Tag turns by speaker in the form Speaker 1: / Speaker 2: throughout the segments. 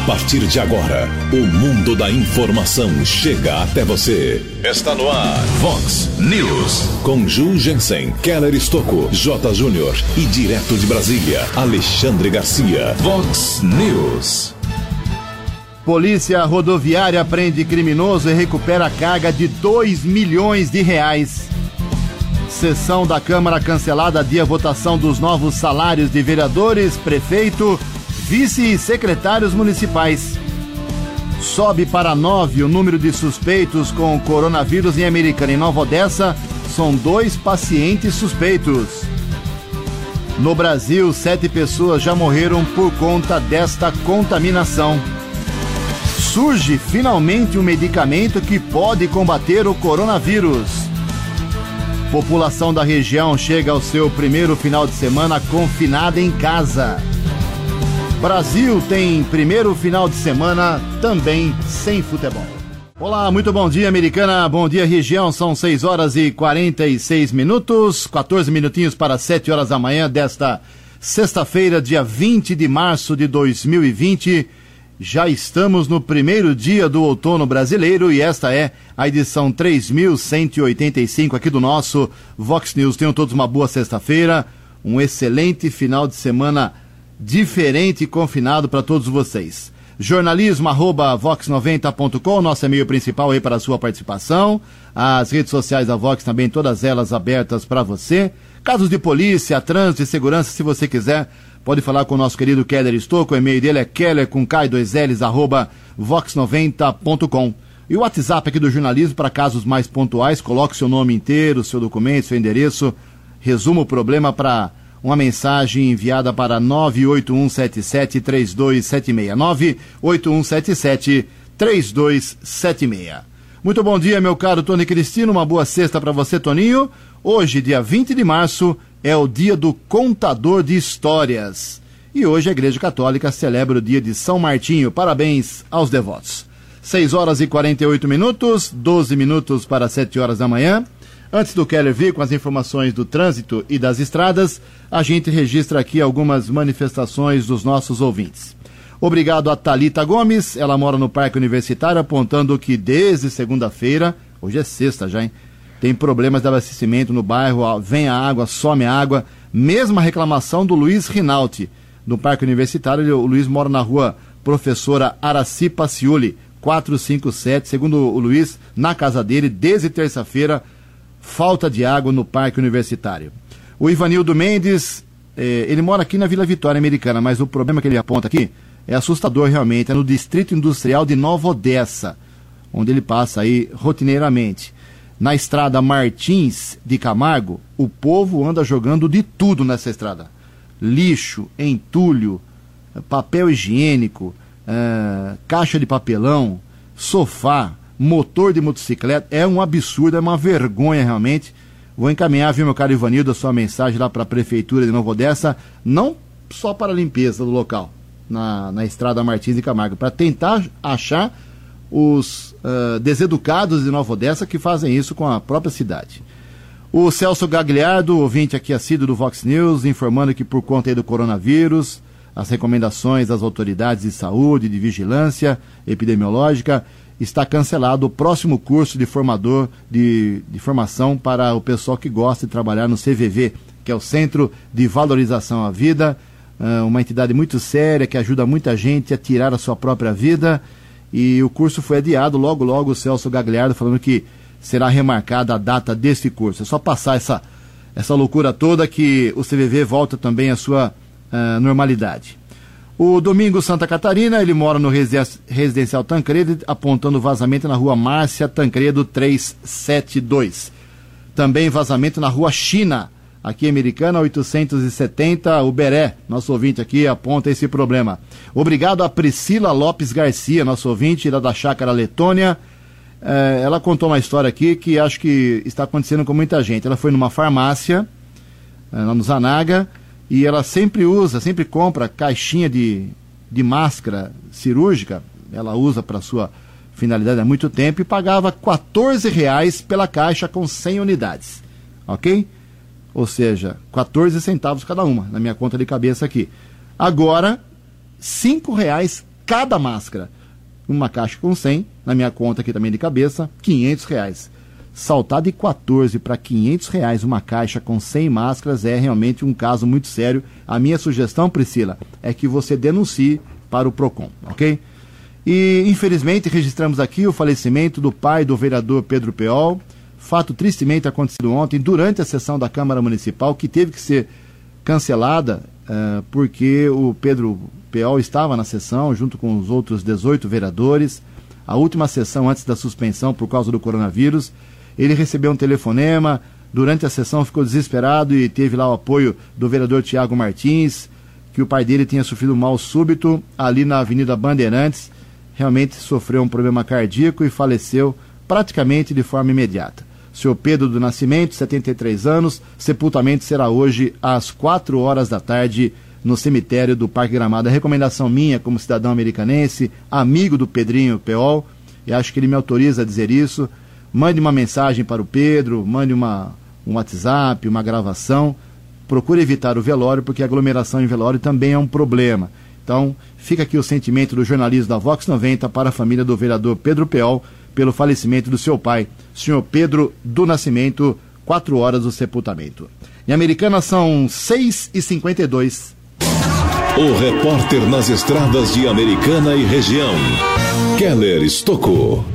Speaker 1: partir de agora, o mundo da informação chega até você. Está no ar, Vox News. Com Ju Jensen, Keller Estocco, J. Júnior e direto de Brasília, Alexandre Garcia. Vox News.
Speaker 2: Polícia Rodoviária prende criminoso e recupera carga de R$2 milhões. Sessão da Câmara cancelada adia votação dos novos salários de vereadores, prefeito, vice e secretários municipais. Sobe para 9 o número de suspeitos com coronavírus em Americana. Em Nova Odessa, são 2 pacientes suspeitos. No Brasil, 7 pessoas já morreram por conta desta contaminação. Surge finalmente um medicamento que pode combater o coronavírus. População da região chega ao seu primeiro final de semana confinada em casa. Brasil tem primeiro final de semana também sem futebol. Olá, muito bom dia, Americana, bom dia, região. São 6 horas e 46 minutos, 14 minutinhos para 7 horas da manhã desta sexta-feira, dia 20 de março de 2020. Já estamos no primeiro dia do outono brasileiro e esta é a edição 3185 aqui do nosso Vox News. Tenham todos uma boa sexta-feira, um excelente final de semana diferente e confinado para todos vocês. Jornalismo@vox90.com, nosso e-mail principal aí para a sua participação. As redes sociais da Vox também, todas elas abertas para você. Casos de polícia, trânsito e segurança, se você quiser, pode falar com o nosso querido Keller Estocco. O e-mail dele é keller@vox90.com. E o WhatsApp aqui do jornalismo para casos mais pontuais, coloque seu nome inteiro, seu documento, seu endereço, resuma o problema para uma mensagem enviada para 981773276. 981773276. Muito bom dia, meu caro Tony Cristino. Uma boa sexta para você, Toninho. Hoje, dia 20 de março, é o dia do contador de histórias. E hoje a Igreja Católica celebra o dia de São Martinho. Parabéns aos devotos. 6 horas e 48 minutos, 12 minutos para 7 horas da manhã. Antes do Keller vir com as informações do trânsito e das estradas, a gente registra aqui algumas manifestações dos nossos ouvintes. Obrigado a Thalita Gomes, ela mora no Parque Universitário, apontando que desde segunda-feira, hoje é sexta já, hein? Tem problemas de abastecimento no bairro, vem a água, some a água. Mesma reclamação do Luiz Rinaldi, no Parque Universitário. O Luiz mora na rua Professora Araci Paciuli, 457. Segundo o Luiz, na casa dele, desde terça-feira, falta de água no Parque Universitário. O Ivanildo Mendes, ele mora aqui na Vila Vitória Americana, mas o problema que ele aponta aqui é assustador realmente, é no Distrito Industrial de Nova Odessa, onde ele passa aí rotineiramente. Na estrada Martins de Camargo, o povo anda jogando de tudo nessa estrada. Lixo, entulho, papel higiênico, caixa de papelão, sofá, motor de motocicleta. É um absurdo, é uma vergonha realmente. Vou encaminhar, viu, meu caro Ivanildo, a sua mensagem lá para a Prefeitura de Nova Odessa, não só para a limpeza do local, na estrada Martins de Camargo, para tentar achar os deseducados de Nova Odessa que fazem isso com a própria cidade. O Celso Gagliardo, ouvinte aqui assíduo do Vox News, informando que por conta aí do coronavírus, as recomendações das autoridades de saúde, de vigilância epidemiológica, está cancelado o próximo curso de formação para o pessoal que gosta de trabalhar no CVV, que é o Centro de Valorização à Vida, uma entidade muito séria que ajuda muita gente a tirar a sua própria vida. E o curso foi adiado, logo o Celso Gagliardo falando que será remarcada a data desse curso. É só passar essa loucura toda que o CVV volta também à sua normalidade. O Domingos Santa Catarina, ele mora no Residencial Tancredo, apontando vazamento na rua Márcia Tancredo 372. Também vazamento na rua China, aqui em Americana, 870, Uberé. Nosso ouvinte aqui aponta esse problema. Obrigado a Priscila Lopes Garcia, nosso ouvinte lá da Chácara Letônia. Ela contou uma história aqui que acho que está acontecendo com muita gente. Ela foi numa farmácia, lá no Zanaga, e ela sempre compra caixinha de máscara cirúrgica. Ela usa para sua finalidade há muito tempo e pagava R$14 pela caixa com 100 unidades. Ok? Ou seja, 14 centavos cada uma, na minha conta de cabeça aqui. Agora, R$5 cada máscara. Uma caixa com 100, na minha conta aqui também de cabeça, R$500. Saltar de 14 para R$500 uma caixa com 100 máscaras é realmente um caso muito sério. A minha sugestão, Priscila, é que você denuncie para o PROCON, ok? E, infelizmente, registramos aqui o falecimento do pai do vereador Pedro Peol. Fato tristemente acontecido ontem, durante a sessão da Câmara Municipal, que teve que ser cancelada, porque o Pedro Peol estava na sessão, junto com os outros 18 vereadores. A última sessão antes da suspensão por causa do coronavírus. Ele recebeu um telefonema, durante a sessão ficou desesperado e teve lá o apoio do vereador Tiago Martins, que o pai dele tinha sofrido um mal súbito ali na Avenida Bandeirantes. Realmente sofreu um problema cardíaco e faleceu praticamente de forma imediata. Seu Pedro do Nascimento, 73 anos, sepultamento será hoje às 4 horas da tarde no cemitério do Parque Gramado. A recomendação minha como cidadão americanense, amigo do Pedrinho Peol, e acho que ele me autoriza a dizer isso, mande uma mensagem para o Pedro, mande um WhatsApp, uma gravação, procure evitar o velório, porque a aglomeração em velório também é um problema. Então, fica aqui o sentimento do jornalismo da Vox 90 para a família do vereador Pedro Peol, pelo falecimento do seu pai, senhor Pedro do Nascimento, 4 horas do sepultamento. Em Americana são 6h52.
Speaker 1: O repórter nas estradas de Americana e região, Keller Estocou.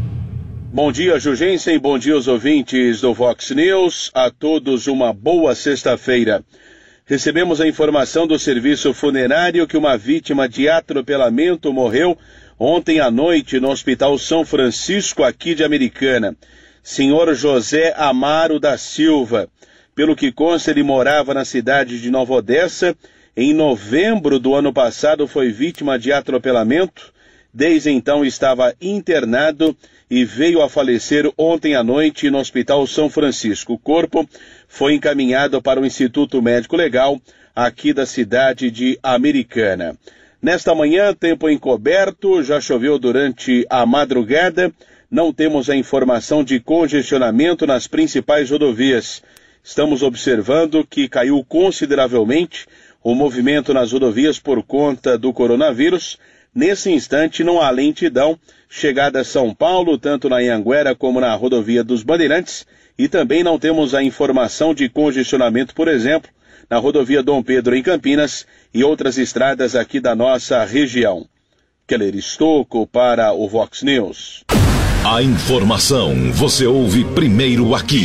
Speaker 3: Bom dia, Jugensen, bom dia aos ouvintes do Vox News, a todos uma boa sexta-feira. Recebemos a informação do serviço funerário que uma vítima de atropelamento morreu ontem à noite no Hospital São Francisco, aqui de Americana. Senhor José Amaro da Silva. Pelo que consta, ele morava na cidade de Nova Odessa. Em novembro do ano passado foi vítima de atropelamento. Desde então estava internado e veio a falecer ontem à noite no Hospital São Francisco. O corpo foi encaminhado para o Instituto Médico Legal aqui da cidade de Americana. Nesta manhã, tempo encoberto, já choveu durante a madrugada, não temos a informação de congestionamento nas principais rodovias. Estamos observando que caiu consideravelmente o movimento nas rodovias por conta do coronavírus. Nesse instante não há lentidão, chegada a São Paulo, tanto na Anhanguera como na rodovia dos Bandeirantes, e também não temos a informação de congestionamento, por exemplo, na rodovia Dom Pedro em Campinas e outras estradas aqui da nossa região. Keller Estocou para o Vox News.
Speaker 1: A informação você ouve primeiro aqui.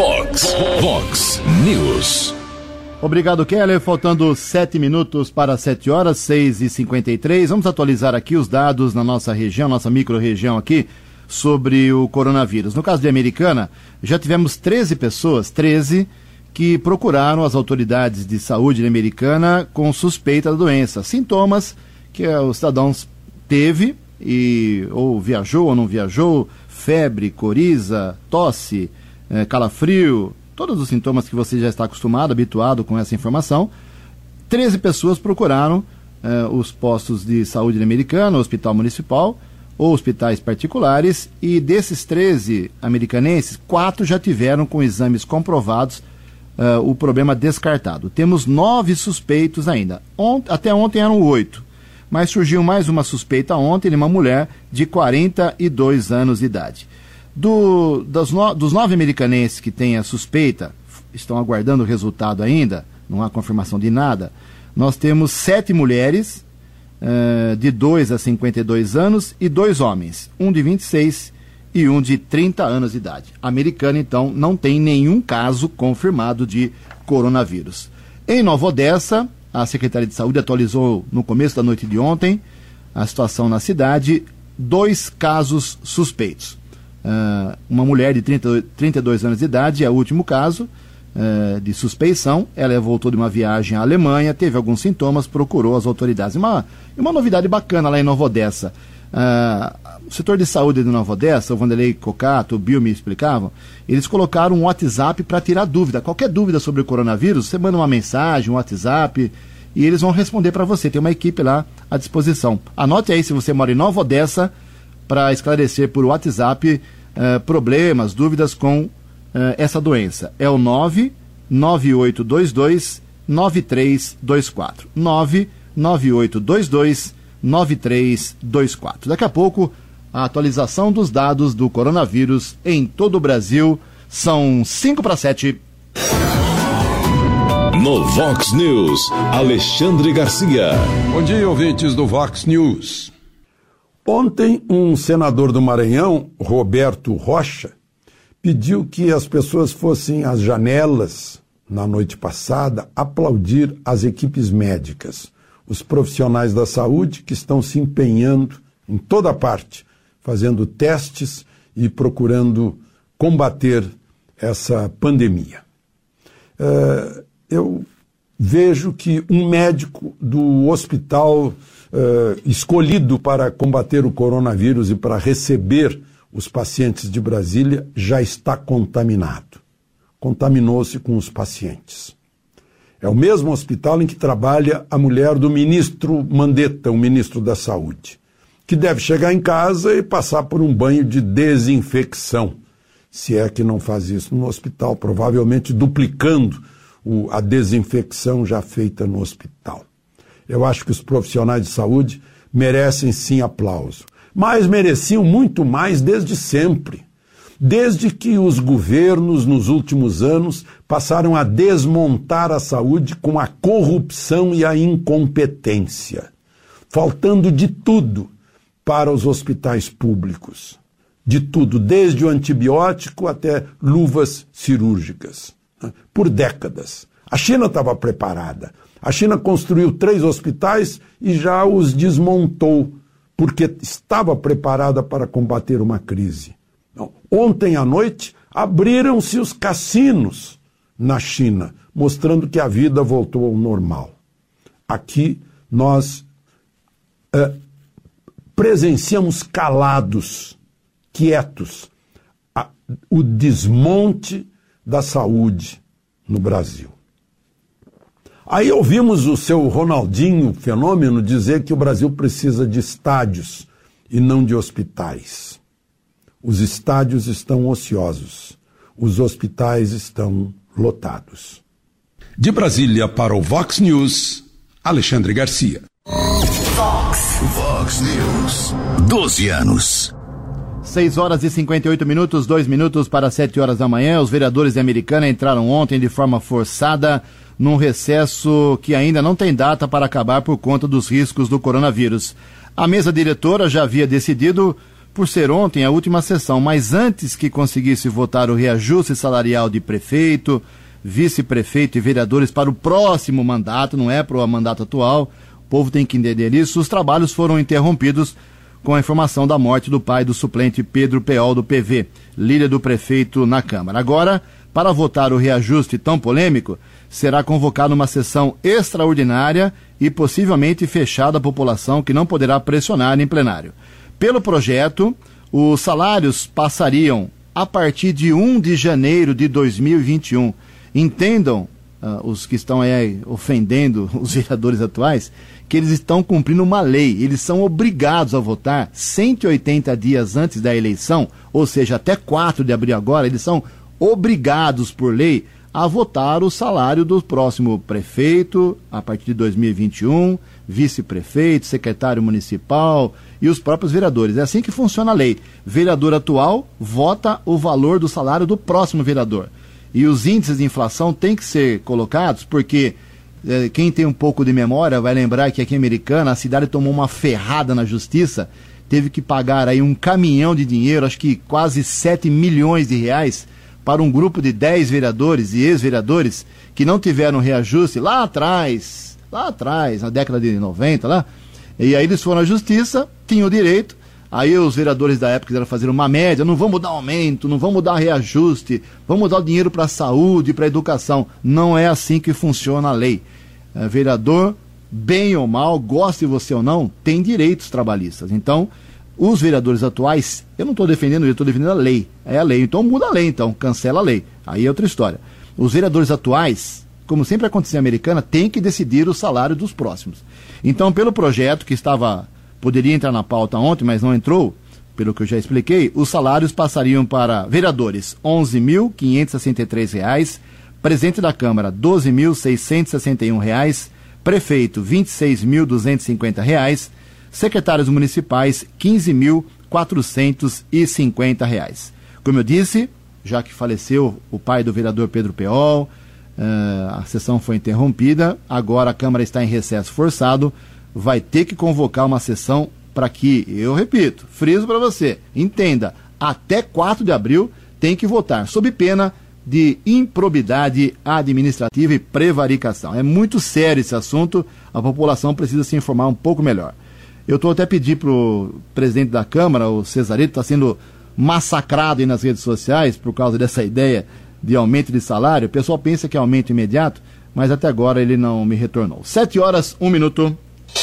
Speaker 1: Vox News.
Speaker 2: Obrigado, Keller. Faltando 7 minutos para 7 horas, 6h53. Vamos atualizar aqui os dados na nossa região, nossa micro-região aqui, sobre o coronavírus. No caso de Americana, já tivemos 13 pessoas, que procuraram as autoridades de saúde de Americana com suspeita da doença. Sintomas que o cidadão teve, ou viajou ou não viajou, febre, coriza, tosse, calafrio, todos os sintomas que você já está acostumado, habituado com essa informação. 13 pessoas procuraram os postos de saúde Americana, o Hospital Municipal ou hospitais particulares, e desses 13 americanenses, 4 já tiveram com exames comprovados o problema descartado. Temos 9 suspeitos ainda. Até ontem eram 8, mas surgiu mais uma suspeita ontem de uma mulher de 42 anos de idade. Dos 9 americanenses que têm a suspeita, estão aguardando o resultado ainda, não há confirmação de nada, nós temos 7 mulheres de 2 a 52 anos e 2 homens, um de 26 e um de 30 anos de idade. Americana, então, não tem nenhum caso confirmado de coronavírus. Em Nova Odessa, a Secretaria de Saúde atualizou no começo da noite de ontem a situação na cidade, 2 casos suspeitos. Uma mulher de 32 anos de idade é o último caso de suspeição. Ela voltou de uma viagem à Alemanha, teve alguns sintomas, procurou as autoridades. Uma novidade bacana lá em Nova Odessa. O setor de saúde de Nova Odessa, o Vanderlei Cocato, o Bill me explicavam, eles colocaram um WhatsApp para tirar dúvida. Qualquer dúvida sobre o coronavírus, você manda uma mensagem, um WhatsApp, e eles vão responder para você. Tem uma equipe lá à disposição. Anote aí, se você mora em Nova Odessa, para esclarecer por WhatsApp problemas, dúvidas com essa doença. É o 99822-9324. 99822-9324. 9324. Daqui a pouco, a atualização dos dados do coronavírus em todo o Brasil. São 6:55.
Speaker 1: No Vox News, Alexandre Garcia.
Speaker 4: Bom dia, ouvintes do Vox News. Ontem, um senador do Maranhão, Roberto Rocha, pediu que as pessoas fossem às janelas, na noite passada, aplaudir as equipes médicas, os profissionais da saúde que estão se empenhando em toda parte, fazendo testes e procurando combater essa pandemia. Eu vejo que um médico do hospital escolhido para combater o coronavírus e para receber os pacientes de Brasília já está contaminado. Contaminou-se com os pacientes. É o mesmo hospital em que trabalha a mulher do ministro Mandetta, o ministro da Saúde, que deve chegar em casa e passar por um banho de desinfecção, se é que não faz isso no hospital, provavelmente duplicando a desinfecção já feita no hospital. Eu acho que os profissionais de saúde merecem sim aplauso, mas mereciam muito mais desde sempre, desde que os governos nos últimos anos passaram a desmontar a saúde com a corrupção e a incompetência, faltando de tudo para os hospitais públicos. De tudo, desde o antibiótico até luvas cirúrgicas, por décadas. A China estava preparada. A China construiu 3 hospitais e já os desmontou, porque estava preparada para combater uma crise. Então, ontem à noite, abriram-se os cassinos na China, mostrando que a vida voltou ao normal. Aqui, nós presenciamos calados, quietos, o desmonte da saúde no Brasil. Aí ouvimos o seu Ronaldinho Fenômeno dizer que o Brasil precisa de estádios e não de hospitais. Os estádios estão ociosos, os hospitais estão lotados.
Speaker 5: De Brasília para o Vox News, Alexandre Garcia.
Speaker 1: Vox News, 12 anos.
Speaker 2: 6:58, 2 minutos para 7 horas da manhã. Os vereadores de Americana entraram ontem de forma forçada num recesso que ainda não tem data para acabar por conta dos riscos do coronavírus. A mesa diretora já havia decidido por ser ontem a última sessão, mas antes que conseguisse votar o reajuste salarial de prefeito, vice-prefeito e vereadores para o próximo mandato, não é para o mandato atual, o povo tem que entender isso, os trabalhos foram interrompidos com a informação da morte do pai do suplente Pedro Peol do PV, líder do prefeito na Câmara. Agora, para votar o reajuste tão polêmico, será convocada uma sessão extraordinária e possivelmente fechada à população, que não poderá pressionar em plenário. Pelo projeto, os salários passariam a partir de 1 de janeiro de 2021. Entendam, os que estão aí ofendendo os vereadores atuais, que eles estão cumprindo uma lei. Eles são obrigados a votar 180 dias antes da eleição, ou seja, até 4 de abril agora, eles são obrigados por lei a votar o salário do próximo prefeito a partir de 2021, vice-prefeito, secretário municipal e os próprios vereadores. É assim que funciona a lei. Vereador atual vota o valor do salário do próximo vereador. E os índices de inflação têm que ser colocados porque quem tem um pouco de memória vai lembrar que aqui em Americana a cidade tomou uma ferrada na justiça, teve que pagar aí um caminhão de dinheiro, acho que quase 7 milhões de reais, para um grupo de 10 vereadores e ex-vereadores que não tiveram reajuste lá atrás, na década de 90, lá. E aí eles foram à justiça, tinham direito, aí os vereadores da época quiseram fazer uma média, não vamos dar aumento, não vamos dar reajuste, vamos dar o dinheiro para a saúde, para a educação. Não é assim que funciona a lei. Vereador, bem ou mal, goste você ou não, tem direitos trabalhistas. Então, os vereadores atuais, eu não estou defendendo, eu estou defendendo a lei. É a lei, então muda a lei, então cancela a lei. Aí é outra história. Os vereadores atuais, como sempre aconteceu em Americana, têm que decidir o salário dos próximos. Então, pelo projeto que poderia entrar na pauta ontem, mas não entrou, pelo que eu já expliquei, os salários passariam para vereadores R$ 11.563, presidente da Câmara R$ 12.661, prefeito R$ 26.250, secretários municipais, R$ 15.450. Como eu disse, já que faleceu o pai do vereador Pedro Peol, a sessão foi interrompida, agora a Câmara está em recesso forçado, vai ter que convocar uma sessão para que, eu repito, friso para você, entenda, até 4 de abril tem que votar, sob pena de improbidade administrativa e prevaricação. É muito sério esse assunto, a população precisa se informar um pouco melhor. Eu estou até pedindo para o presidente da Câmara, o Cesarito, está sendo massacrado aí nas redes sociais por causa dessa ideia de aumento de salário. O pessoal pensa que é aumento imediato, mas até agora ele não me retornou. 7h01.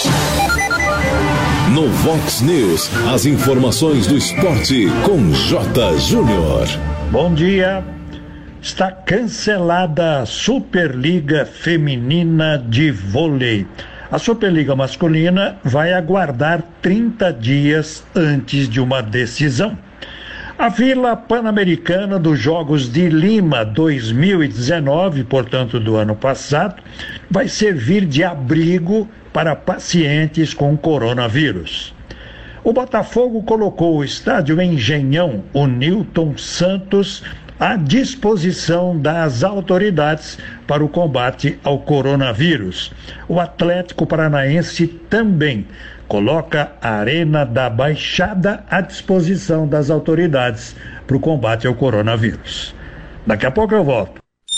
Speaker 1: No Vox News, as informações do esporte com J. Júnior.
Speaker 6: Bom dia. Está cancelada a Superliga Feminina de Vôlei. A Superliga Masculina vai aguardar 30 dias antes de uma decisão. A Vila Pan-Americana dos Jogos de Lima 2019, portanto do ano passado, vai servir de abrigo para pacientes com coronavírus. O Botafogo colocou o estádio Engenhão, o Newton Santos, à disposição das autoridades para o combate ao coronavírus. O Atlético Paranaense também coloca a Arena da Baixada à disposição das autoridades para o combate ao coronavírus. Daqui a pouco eu volto.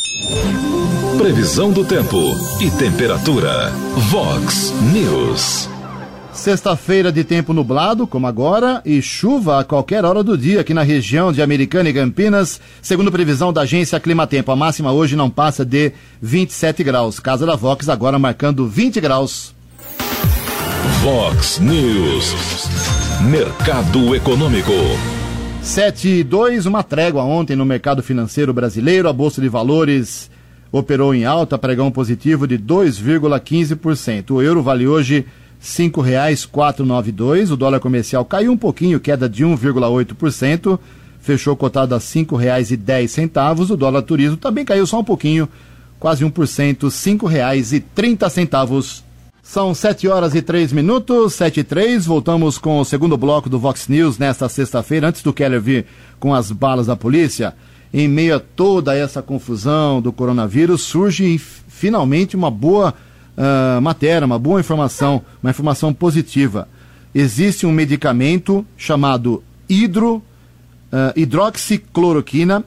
Speaker 1: Previsão do tempo e temperatura. Vox News.
Speaker 2: Sexta-feira de tempo nublado, como agora, e chuva a qualquer hora do dia aqui na região de Americana e Campinas, segundo previsão da agência Climatempo. A máxima hoje não passa de 27 graus. Casa da Vox agora marcando 20 graus.
Speaker 1: Vox News. Mercado Econômico.
Speaker 2: 7,2, uma trégua ontem no mercado financeiro brasileiro. A Bolsa de Valores operou em alta, pregão positivo de 2,15%. O euro vale hoje R$ 5,492. O dólar comercial caiu um pouquinho, queda de 1,8%. Fechou cotado a R$ 5,10. O dólar turismo também caiu só um pouquinho, quase 1%, R$ 5,30. São 7h03, 7h03. Voltamos com o segundo bloco do Vox News nesta sexta-feira, antes do Keller vir com as balas da polícia. Em meio a toda essa confusão do coronavírus, surge finalmente uma boa matéria, uma boa informação, uma informação positiva. Existe um medicamento chamado hidroxicloroquina,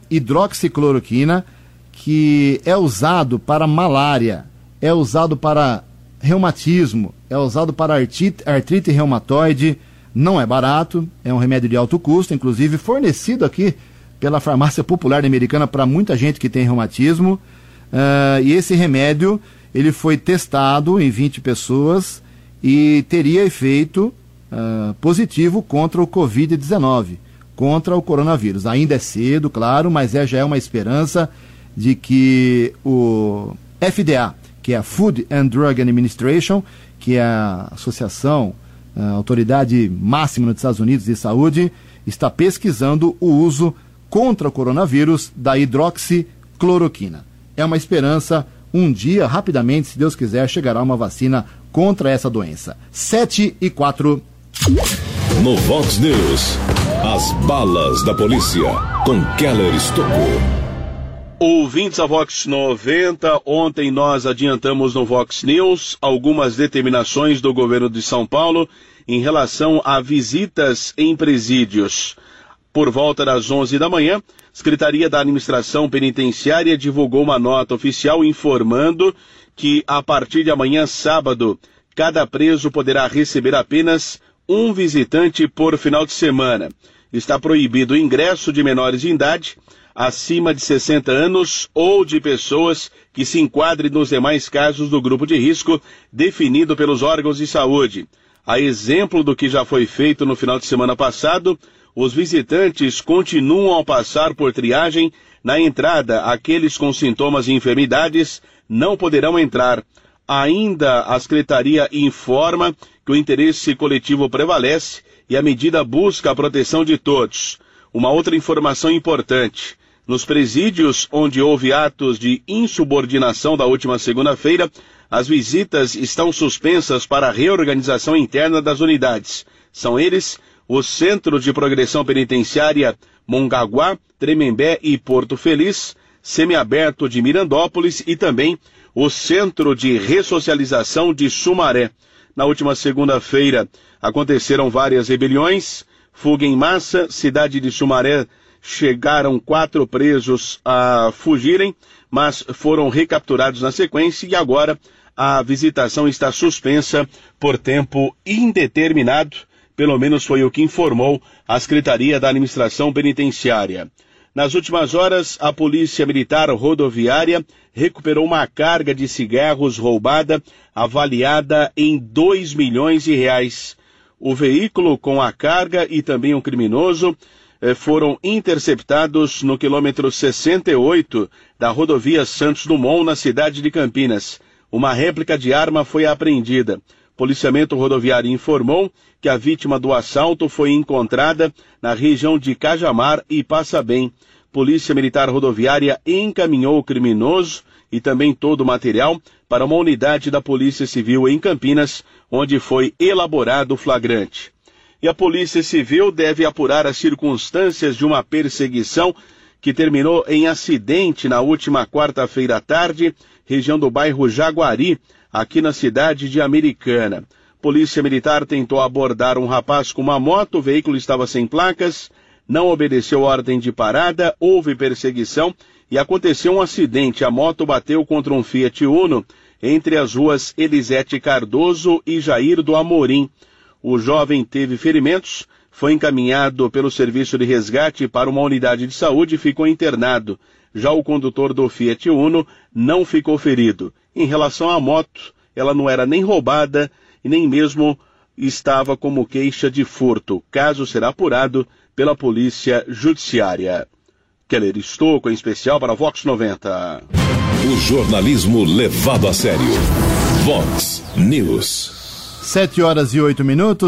Speaker 2: que é usado para malária, é usado para reumatismo, é usado para artrite reumatoide. Não é barato, é um remédio de alto custo, inclusive fornecido aqui pela Farmácia Popular Americana para muita gente que tem reumatismo. E esse remédio ele foi testado em 20 pessoas e teria efeito positivo contra o Covid-19, contra o coronavírus. Ainda é cedo, claro, mas já é uma esperança de que o FDA, que é a Food and Drug Administration, que é a associação, a autoridade máxima nos Estados Unidos de saúde, está pesquisando o uso contra o coronavírus da hidroxicloroquina. É uma esperança, um dia, rapidamente, se Deus quiser, chegará uma vacina contra essa doença. 7h04.
Speaker 1: No Vox News, as balas da polícia, com Keller Estocou.
Speaker 3: Ouvintes da Vox 90, ontem nós adiantamos no Vox News algumas determinações do governo de São Paulo em relação a visitas em presídios. Por volta das 11 da manhã, a Secretaria da Administração Penitenciária divulgou uma nota oficial informando que, a partir de amanhã, sábado, cada preso poderá receber apenas um visitante por final de semana. Está proibido o ingresso de menores de idade, acima de 60 anos ou de pessoas que se enquadrem nos demais casos do grupo de risco definido pelos órgãos de saúde. A exemplo do que já foi feito no final de semana passado, os visitantes continuam a passar por triagem na entrada. Aqueles com sintomas e enfermidades não poderão entrar. Ainda a Secretaria informa que o interesse coletivo prevalece e a medida busca a proteção de todos. Uma outra informação importante: nos presídios onde houve atos de insubordinação da última segunda-feira, as visitas estão suspensas para a reorganização interna das unidades. São eles o Centro de Progressão Penitenciária Mongaguá, Tremembé e Porto Feliz, Semiaberto de Mirandópolis e também o Centro de Ressocialização de Sumaré. Na última segunda-feira aconteceram várias rebeliões, fuga em massa, cidade de Sumaré chegaram 4 presos a fugirem, mas foram recapturados na sequência e agora a visitação está suspensa por tempo indeterminado, pelo menos foi o que informou a Secretaria da Administração Penitenciária. Nas últimas horas, a Polícia Militar Rodoviária recuperou uma carga de cigarros roubada avaliada em R$2 milhões. O veículo com a carga e também um criminoso foram interceptados no quilômetro 68 da rodovia Santos Dumont, na cidade de Campinas. Uma réplica de arma foi apreendida. Policiamento rodoviário informou que a vítima do assalto foi encontrada na região de Cajamar e Passabem. Polícia Militar Rodoviária encaminhou o criminoso e também todo o material para uma unidade da Polícia Civil em Campinas, onde foi elaborado o flagrante. E a Polícia Civil deve apurar as circunstâncias de uma perseguição que terminou em acidente na última quarta-feira à tarde, região do bairro Jaguari, aqui na cidade de Americana. Polícia Militar tentou abordar um rapaz com uma moto, o veículo estava sem placas, não obedeceu ordem de parada, houve perseguição e aconteceu um acidente. A moto bateu contra um Fiat Uno entre as ruas Elisete Cardoso e Jair do Amorim. O jovem teve ferimentos, foi encaminhado pelo serviço de resgate para uma unidade de saúde e ficou internado. Já o condutor do Fiat Uno não ficou ferido. Em relação à moto, ela não era nem roubada e nem mesmo estava como queixa de furto. O caso será apurado pela Polícia Judiciária. Keller Estocco, em especial para Vox 90.
Speaker 1: O jornalismo levado a sério. Vox News.
Speaker 2: 7h08,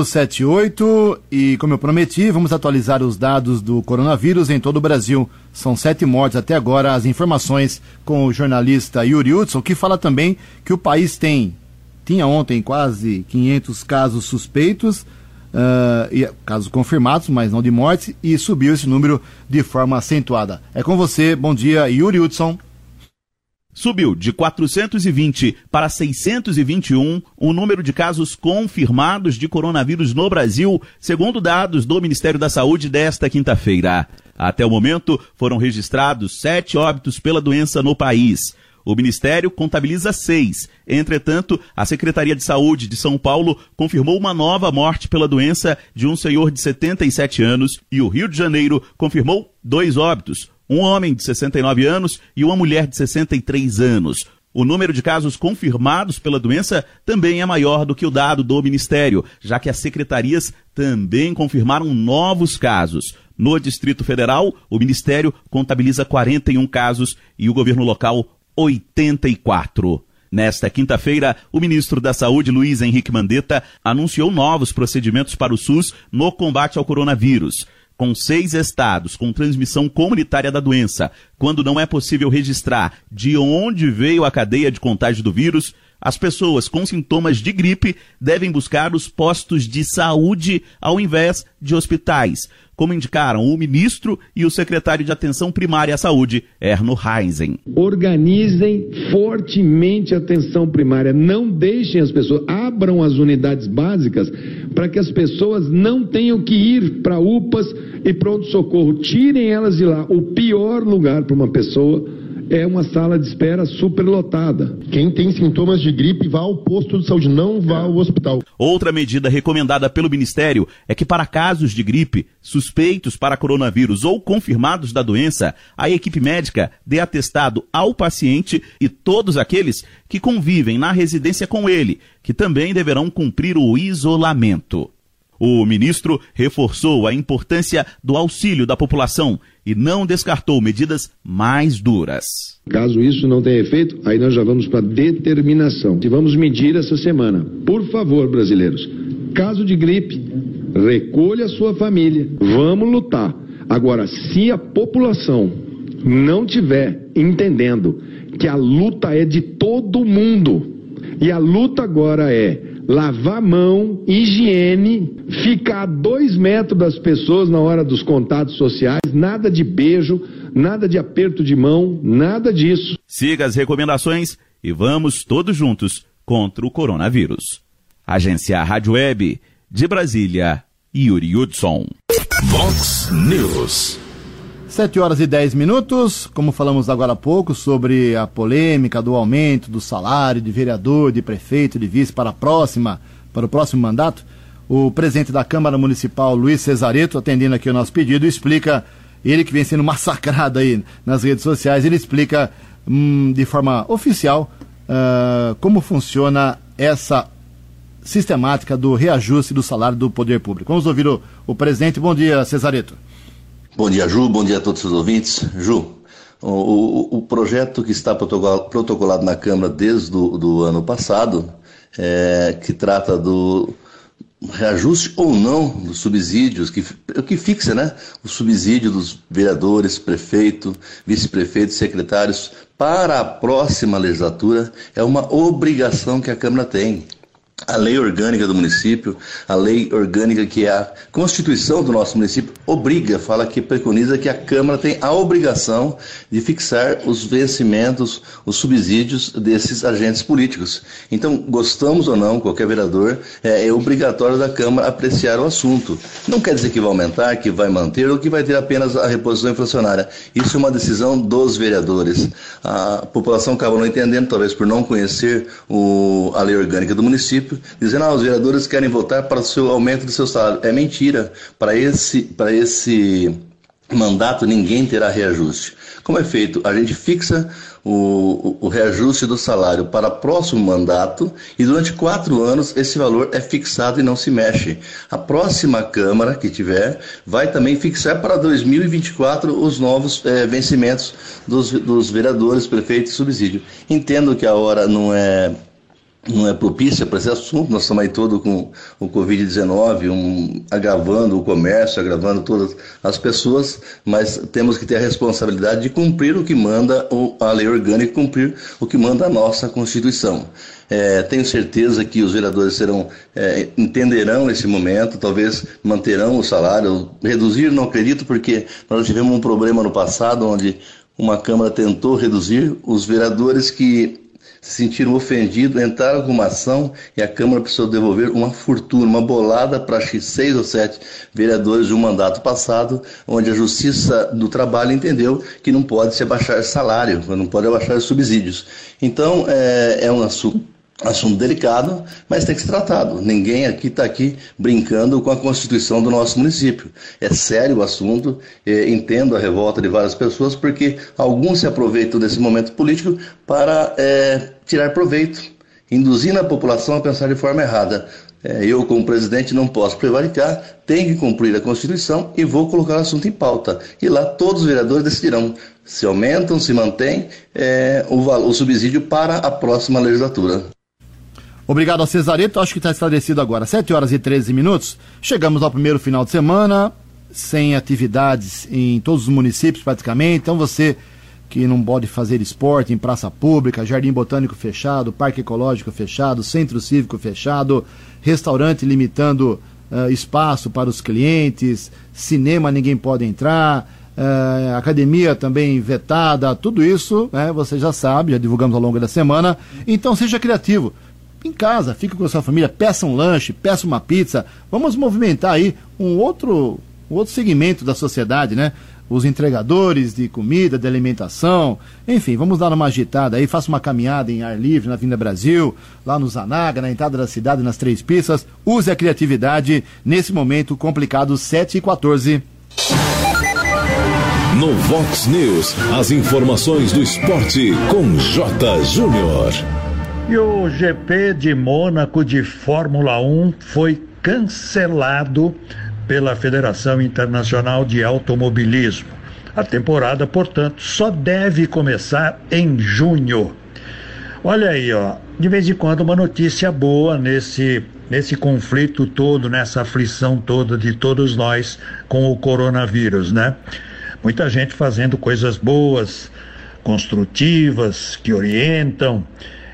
Speaker 2: 7h08, e como eu prometi, vamos atualizar os dados do coronavírus em todo o Brasil. São 7 mortes até agora. As informações com o jornalista Yuri Hudson, que fala também que o país tinha ontem quase 500 casos suspeitos, casos confirmados, mas não de mortes, e subiu esse número de forma acentuada. É com você, bom dia, Yuri Hudson.
Speaker 7: Subiu de 420 para 621 o número de casos confirmados de coronavírus no Brasil, segundo dados do Ministério da Saúde desta quinta-feira. Até o momento, foram registrados 7 óbitos pela doença no país. O Ministério contabiliza 6. Entretanto, a Secretaria de Saúde de São Paulo confirmou uma nova morte pela doença de um senhor de 77 anos e o Rio de Janeiro confirmou 2 óbitos. Um homem de 69 anos e uma mulher de 63 anos. O número de casos confirmados pela doença também é maior do que o dado do Ministério, já que as secretarias também confirmaram novos casos. No Distrito Federal, o Ministério contabiliza 41 casos e o governo local 84. Nesta quinta-feira, o ministro da Saúde, Luiz Henrique Mandetta, anunciou novos procedimentos para o SUS no combate ao coronavírus. Com 6 estados com transmissão comunitária da doença, quando não é possível registrar de onde veio a cadeia de contágio do vírus, as pessoas com sintomas de gripe devem buscar os postos de saúde ao invés de hospitais, como indicaram o ministro e o secretário de Atenção Primária à Saúde, Erno Heisen.
Speaker 8: Organizem fortemente a atenção primária, não deixem as pessoas, abram as unidades básicas para que as pessoas não tenham que ir para UPAs e pronto-socorro, tirem elas de lá. O pior lugar para uma pessoa é uma sala de espera superlotada.
Speaker 9: Quem tem sintomas de gripe, vá ao posto de saúde, não vá ao hospital.
Speaker 7: Outra medida recomendada pelo Ministério é que para casos de gripe, suspeitos para coronavírus ou confirmados da doença, a equipe médica dê atestado ao paciente e todos aqueles que convivem na residência com ele, que também deverão cumprir o isolamento. O ministro reforçou a importância do auxílio da população e não descartou medidas mais duras.
Speaker 8: Caso isso não tenha efeito, aí nós já vamos para determinação. E vamos medir essa semana. Por favor, brasileiros, caso de gripe, recolha a sua família. Vamos lutar. Agora, se a população não tiver entendendo que a luta é de todo mundo, E a luta agora é lavar a mão, higiene, ficar a 2 metros das pessoas na hora dos contatos sociais, nada de beijo, nada de aperto de mão, nada disso.
Speaker 7: Siga as recomendações e vamos todos juntos contra o coronavírus. Agência Rádio Web de Brasília, Yuri Hudson.
Speaker 1: Vox News.
Speaker 2: 7h10, como falamos agora há pouco sobre a polêmica do aumento do salário de vereador, de prefeito, de vice para o próximo mandato, o presidente da Câmara Municipal, Luiz Cesareto, atendendo aqui o nosso pedido, explica, ele que vem sendo massacrado aí nas redes sociais, ele explica de forma oficial como funciona essa sistemática do reajuste do salário do poder público. Vamos ouvir o presidente. Bom dia, Cesareto.
Speaker 10: Bom dia, Ju. Bom dia a todos os ouvintes. Ju, o projeto que está protocolado na Câmara desde o ano passado, que trata do reajuste ou não dos subsídios, que fixa, né, o subsídio dos vereadores, prefeito, vice-prefeitos, secretários para a próxima legislatura, é uma obrigação que a Câmara tem. A lei orgânica do município, a lei orgânica que é a Constituição do nosso município, preconiza que a Câmara tem a obrigação de fixar os vencimentos, os subsídios desses agentes políticos. Então, gostamos ou não, qualquer vereador, é obrigatório da Câmara apreciar o assunto. Não quer dizer que vai aumentar, que vai manter ou que vai ter apenas a reposição inflacionária. Isso é uma decisão dos vereadores. A população acaba não entendendo, talvez por não conhecer a lei orgânica do município, dizendo os vereadores querem votar para o aumento do seu salário. É mentira. Para esse mandato ninguém terá reajuste. Como é feito? A gente fixa o reajuste do salário para o próximo mandato e durante 4 anos esse valor é fixado e não se mexe. A próxima Câmara que tiver vai também fixar para 2024 os novos vencimentos dos vereadores, prefeitos e subsídio. Entendo que a hora não é propícia para esse assunto, nós estamos aí todo com o Covid-19, agravando o comércio, agravando todas as pessoas, mas temos que ter a responsabilidade de cumprir o que manda a lei orgânica, cumprir o que manda a nossa Constituição. Tenho certeza que os vereadores entenderão esse momento, talvez manterão o salário, reduzir não acredito, porque nós tivemos um problema no passado, onde uma Câmara tentou reduzir, os vereadores que se sentiram ofendidos, entraram com uma ação e a Câmara precisou devolver uma fortuna, uma bolada para 6 ou 7 vereadores de um mandato passado, onde a Justiça do Trabalho entendeu que não pode se abaixar salário, não pode abaixar subsídios. Então, é um assunto delicado, mas tem que ser tratado. Ninguém está aqui brincando com a Constituição do nosso município. É sério o assunto, entendo a revolta de várias pessoas, porque alguns se aproveitam desse momento político para tirar proveito, induzindo a população a pensar de forma errada. Eu, como presidente, não posso prevaricar, tenho que cumprir a Constituição e vou colocar o assunto em pauta. E lá todos os vereadores decidirão se aumentam, se mantém o subsídio para a próxima legislatura.
Speaker 2: Obrigado ao Cesareto, acho que está esclarecido agora. 7h13, chegamos ao primeiro final de semana, sem atividades em todos os municípios praticamente, então você que não pode fazer esporte em praça pública, jardim botânico fechado, parque ecológico fechado, centro cívico fechado, restaurante limitando espaço para os clientes, cinema ninguém pode entrar, academia também vetada, tudo isso você já sabe, já divulgamos ao longo da semana, então seja criativo. Em casa, fique com a sua família, peça um lanche, peça uma pizza, vamos movimentar aí um outro segmento da sociedade, né? Os entregadores de comida, de alimentação, enfim, vamos dar uma agitada aí, faça uma caminhada em ar livre na Avenida Brasil, lá no Zanaga, na entrada da cidade, nas 3 pistas, use a criatividade nesse momento complicado. 7h14.
Speaker 1: No Vox News, as informações do esporte com J. Júnior.
Speaker 6: E o GP de Mônaco de Fórmula 1 foi cancelado pela Federação Internacional de Automobilismo. A temporada, portanto, só deve começar em junho. Olha aí, de vez em quando uma notícia boa nesse conflito todo, nessa aflição toda de todos nós com o coronavírus, né? Muita gente fazendo coisas boas, construtivas, que orientam.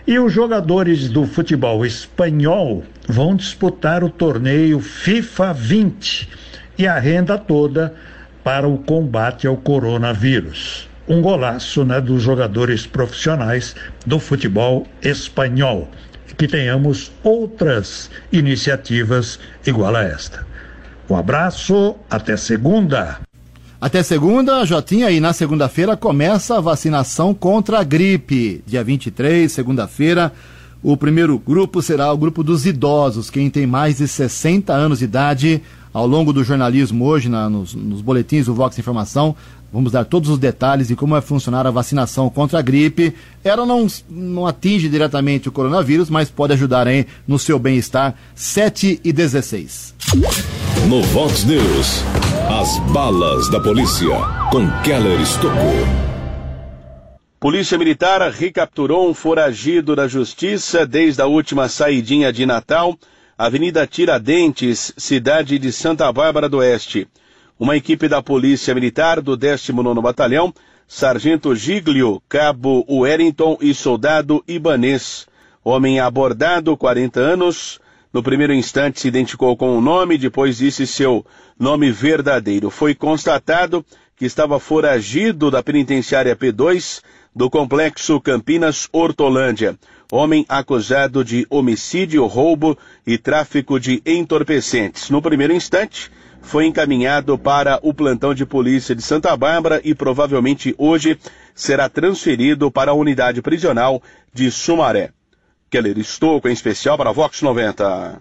Speaker 6: E os jogadores do futebol espanhol vão disputar o torneio FIFA 20 e a renda toda para o combate ao coronavírus. Um golaço, né, dos jogadores profissionais do futebol espanhol. Que tenhamos outras iniciativas igual a esta. Um abraço, até segunda.
Speaker 2: Até segunda, Jotinha, e na segunda-feira começa a vacinação contra a gripe. Dia 23, segunda-feira, o primeiro grupo será o grupo dos idosos, quem tem mais de 60 anos de idade. Ao longo do jornalismo hoje, nos boletins do Vox Informação, vamos dar todos os detalhes de como vai funcionar a vacinação contra a gripe. Ela não atinge diretamente o coronavírus, mas pode ajudar aí no seu bem-estar. 7h16.
Speaker 1: No Vox News, as balas da polícia, com Keller Estocou.
Speaker 3: Polícia Militar recapturou um foragido da Justiça desde a última saidinha de Natal, Avenida Tiradentes, cidade de Santa Bárbara do Oeste. Uma equipe da Polícia Militar do 19º Batalhão, Sargento Giglio, Cabo Wellington e Soldado Ibanês. Homem abordado, 40 anos. No primeiro instante se identificou com o nome, depois disse seu nome verdadeiro. Foi constatado que estava foragido da penitenciária P2 do complexo Campinas Hortolândia. Homem acusado de homicídio, roubo e tráfico de entorpecentes. No primeiro instante, foi encaminhado para o plantão de polícia de Santa Bárbara e provavelmente hoje será transferido para a unidade prisional de Sumaré. Keller Estocou, em especial para Vox 90.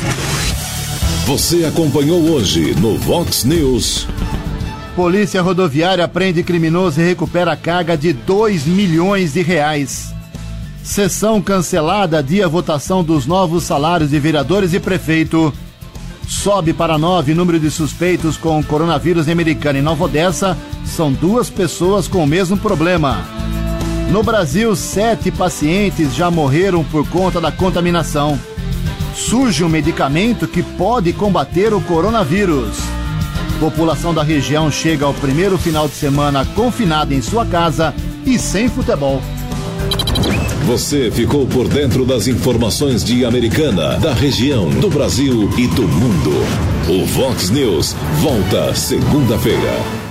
Speaker 1: Você acompanhou hoje no Vox News.
Speaker 2: Polícia Rodoviária prende criminoso e recupera carga de R$2 milhões. Sessão cancelada, dia votação dos novos salários de vereadores e prefeito. Sobe para 9 número de suspeitos com coronavírus em Americana e Nova Odessa. São 2 pessoas com o mesmo problema. No Brasil, 7 pacientes já morreram por conta da contaminação. Surge um medicamento que pode combater o coronavírus. População da região chega ao primeiro final de semana confinada em sua casa e sem futebol.
Speaker 1: Você ficou por dentro das informações de Americana, da região, do Brasil e do mundo. O Vox News volta segunda-feira.